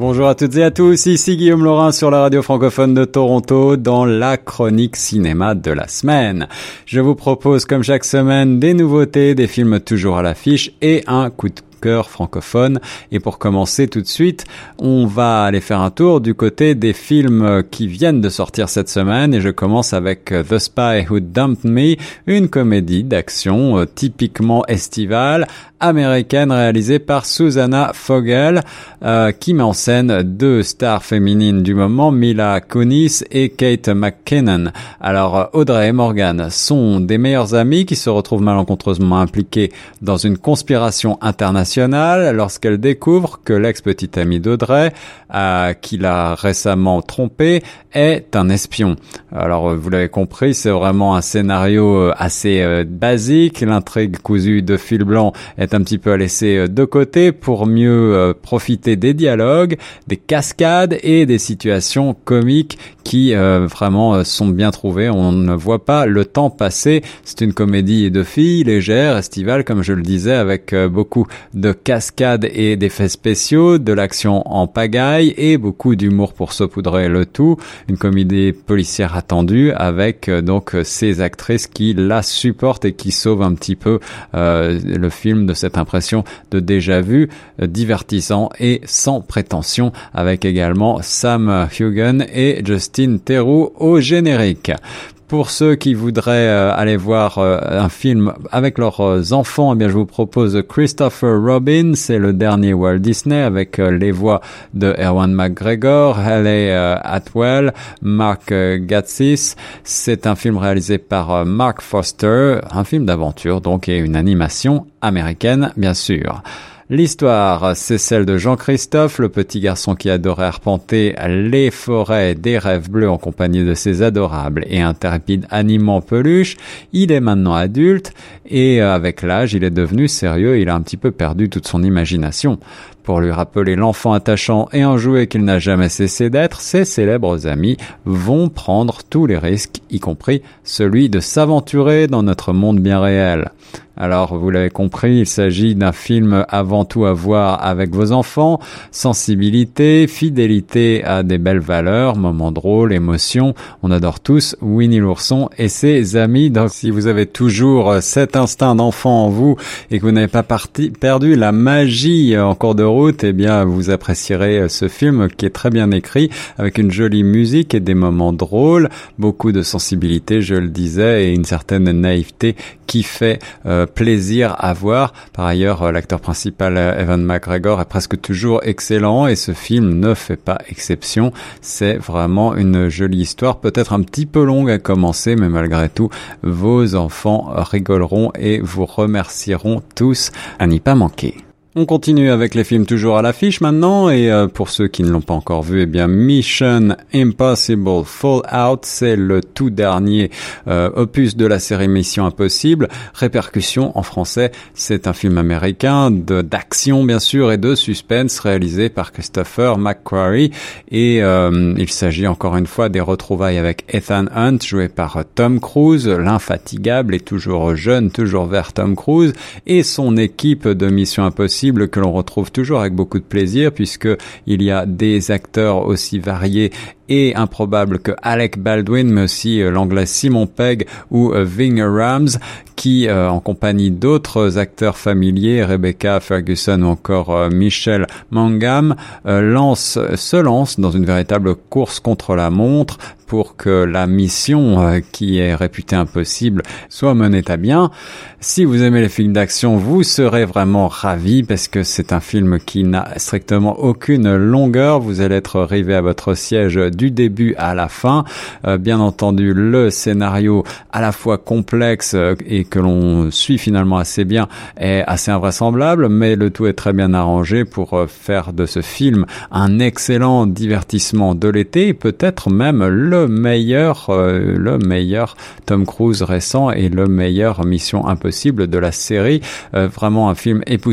Bonjour à toutes et à tous, ici Guillaume Laurin sur la radio francophone de Toronto dans la chronique cinéma de la semaine. Je vous propose comme chaque semaine des nouveautés, des films toujours à l'affiche et un coup de cœur francophone. Et pour commencer tout de suite, on va aller faire un tour du côté des films qui viennent de sortir cette semaine et je commence avec The Spy Who Dumped Me, une comédie d'action typiquement estivale américaine réalisée par Susanna Fogel qui met en scène deux stars féminines du moment, Mila Kunis et Kate McKinnon. Alors Audrey et Morgan sont des meilleures amies qui se retrouvent malencontreusement impliquées dans une conspiration internationale lorsqu'elles découvrent que l'ex-petite amie d'Audrey, qui l'a récemment trompée, est un espion. Alors vous l'avez compris, c'est vraiment un scénario assez basique. L'intrigue cousue de fil blanc est un petit peu à laisser de côté pour mieux profiter des dialogues, des cascades et des situations comiques qui vraiment sont bien trouvées. On ne voit pas le temps passer. C'est une comédie de filles légère, estivale, comme je le disais, avec beaucoup de cascades et d'effets spéciaux, de l'action en pagaille et beaucoup d'humour pour saupoudrer le tout. Une comédie policière attendue avec donc ces actrices qui la supportent et qui sauvent un petit peu le film de cette impression de déjà-vu, divertissant et sans prétention, avec également Sam Heughan et Justin Theroux au générique. Pour ceux qui voudraient aller voir un film avec leurs enfants, eh bien je vous propose Christopher Robin, c'est le dernier Walt Disney avec les voix de Ewan McGregor, Hayley Atwell, Mark Gatiss. C'est un film réalisé par Mark Foster, un film d'aventure donc et une animation américaine bien sûr. L'histoire, c'est celle de Jean-Christophe, le petit garçon qui adorait arpenter les forêts des rêves bleus en compagnie de ses adorables et intrépides animaux en peluche. Il est maintenant adulte et avec l'âge, il est devenu sérieux, il a un petit peu perdu toute son imagination. Pour lui rappeler l'enfant attachant et enjoué qu'il n'a jamais cessé d'être, ses célèbres amis vont prendre tous les risques, y compris celui de s'aventurer dans notre monde bien réel. Alors, vous l'avez compris, il s'agit d'un film avant tout à voir avec vos enfants, sensibilité, fidélité à des belles valeurs, moments drôles, émotions. On adore tous Winnie l'ourson et ses amis. Donc, si vous avez toujours cet instinct d'enfant en vous et que vous n'avez pas perdu la magie en cours de route, eh bien, vous apprécierez ce film qui est très bien écrit, avec une jolie musique et des moments drôles, beaucoup de sensibilité, je le disais, et une certaine naïveté qui fait plaisir à voir. Par ailleurs, l'acteur principal Ewan McGregor est presque toujours excellent et ce film ne fait pas exception. C'est vraiment une jolie histoire, peut-être un petit peu longue à commencer, mais malgré tout, vos enfants rigoleront et vous remercieront tous à n'y pas manquer. On continue avec les films toujours à l'affiche maintenant et pour ceux qui ne l'ont pas encore vu, eh bien Mission Impossible Fallout, c'est le tout dernier opus de la série Mission Impossible. Répercussions en français, c'est un film américain d'action bien sûr et de suspense réalisé par Christopher McQuarrie et il s'agit encore une fois des retrouvailles avec Ethan Hunt joué par Tom Cruise, l'infatigable et toujours jeune, toujours vert Tom Cruise et son équipe de Mission Impossible que l'on retrouve toujours avec beaucoup de plaisir puisque il y a des acteurs aussi variés et improbables que Alec Baldwin, mais aussi l'anglais Simon Pegg ou Ving Rhames, qui, en compagnie d'autres acteurs familiers, Rebecca Ferguson ou encore Michelle Mangum, se lance dans une véritable course contre la montre pour que la mission qui est réputée impossible soit menée à bien. Si vous aimez les films d'action, vous serez vraiment ravis parce que c'est un film qui n'a strictement aucune longueur. Vous allez être rivé à votre siège du début à la fin. Bien entendu, le scénario à la fois complexe et que l'on suit finalement assez bien est assez invraisemblable, mais le tout est très bien arrangé pour faire de ce film un excellent divertissement de l'été et peut-être même le meilleur Tom Cruise récent et le meilleur Mission Impossible de la série. Vraiment un film époustouflant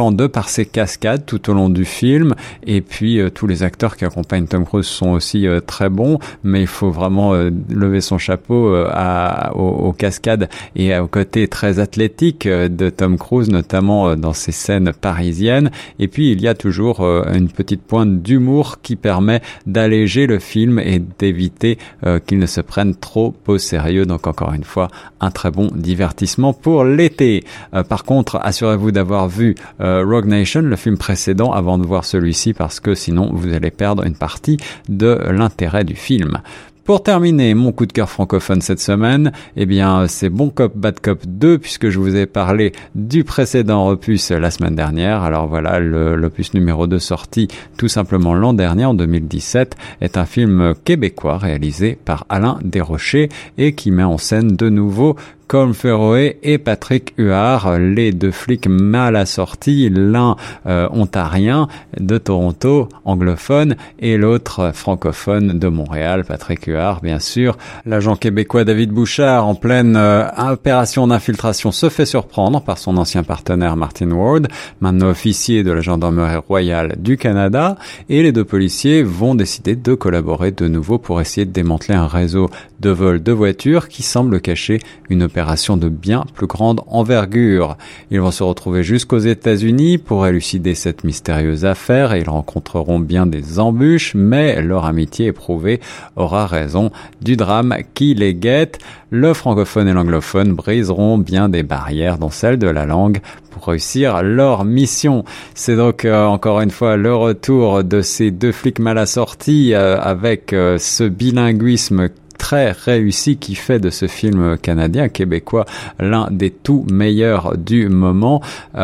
excellent de par ses cascades tout au long du film, et puis tous les acteurs qui accompagnent Tom Cruise sont aussi très bons, mais il faut vraiment lever son chapeau aux cascades et au côté très athlétique de Tom Cruise, notamment dans ses scènes parisiennes. Et puis il y a toujours une petite pointe d'humour qui permet d'alléger le film et d'éviter qu'il ne se prenne trop au sérieux. Donc encore une fois, un très bon divertissement pour l'été. Par contre, assurez-vous d'avoir vu Rogue Nation, le film précédent, avant de voir celui-ci, parce que sinon vous allez perdre une partie de l'intérêt du film. Pour terminer, mon coup de cœur francophone cette semaine, eh bien, c'est Bon Cop, Bad Cop 2, puisque je vous ai parlé du précédent opus la semaine dernière. Alors voilà, l'opus numéro 2 sorti tout simplement l'an dernier, en 2017, est un film québécois réalisé par Alain Desrochers et qui met en scène de nouveau Colm Feroé et Patrick Huard, les deux flics mal assortis, l'un ontarien de Toronto, anglophone, et l'autre francophone de Montréal, Patrick Huard, bien sûr. L'agent québécois David Bouchard, en pleine opération d'infiltration, se fait surprendre par son ancien partenaire Martin Ward, maintenant officier de la Gendarmerie royale du Canada, et les deux policiers vont décider de collaborer de nouveau pour essayer de démanteler un réseau de vol de voitures qui semble cacher une opération de bien plus grande envergure. Ils vont se retrouver jusqu'aux États-Unis pour élucider cette mystérieuse affaire et ils rencontreront bien des embûches, mais leur amitié éprouvée aura raison du drame qui les guette. Le francophone et l'anglophone briseront bien des barrières, dont celle de la langue, pour réussir leur mission. C'est donc encore une fois le retour de ces deux flics mal assortis avec ce bilinguisme très réussi qui fait de ce film canadien, québécois, l'un des tout meilleurs du moment.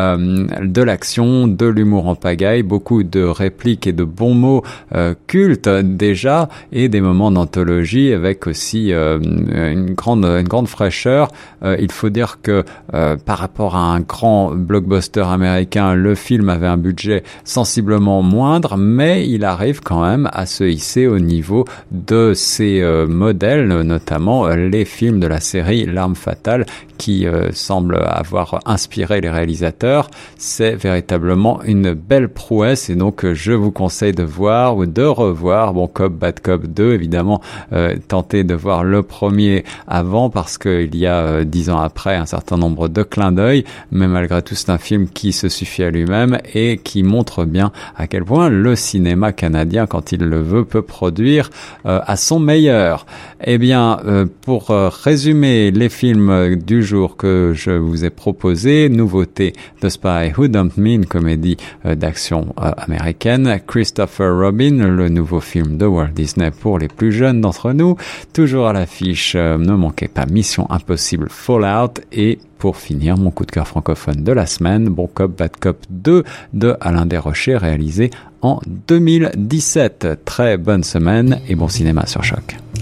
De l'action, de l'humour en pagaille, beaucoup de répliques et de bons mots cultes déjà, et des moments d'anthologie avec aussi une grande fraîcheur. Il faut dire que par rapport à un grand blockbuster américain, le film avait un budget sensiblement moindre, mais il arrive quand même à se hisser au niveau de ses modèles, notamment les films de la série L'Arme Fatale qui semble avoir inspiré les réalisateurs. C'est véritablement une belle prouesse et donc je vous conseille de voir ou de revoir Bon Cop, Bad Cop 2. Évidemment, tentez de voir le premier avant parce qu'il y a 10 ans après un certain nombre de clins d'œil, mais malgré tout c'est un film qui se suffit à lui-même et qui montre bien à quel point le cinéma canadien, quand il le veut, peut produire à son meilleur. Eh bien, pour résumer les films du jour que je vous ai proposés, nouveauté The Spy Who Dumped Me, une comédie d'action américaine, Christopher Robin, le nouveau film de Walt Disney pour les plus jeunes d'entre nous, toujours à l'affiche, ne manquez pas Mission Impossible Fallout, et pour finir, mon coup de cœur francophone de la semaine, Bon Cop, Bad Cop 2 de Alain Desrochers, réalisé en 2017. Très bonne semaine et bon cinéma sur Choc.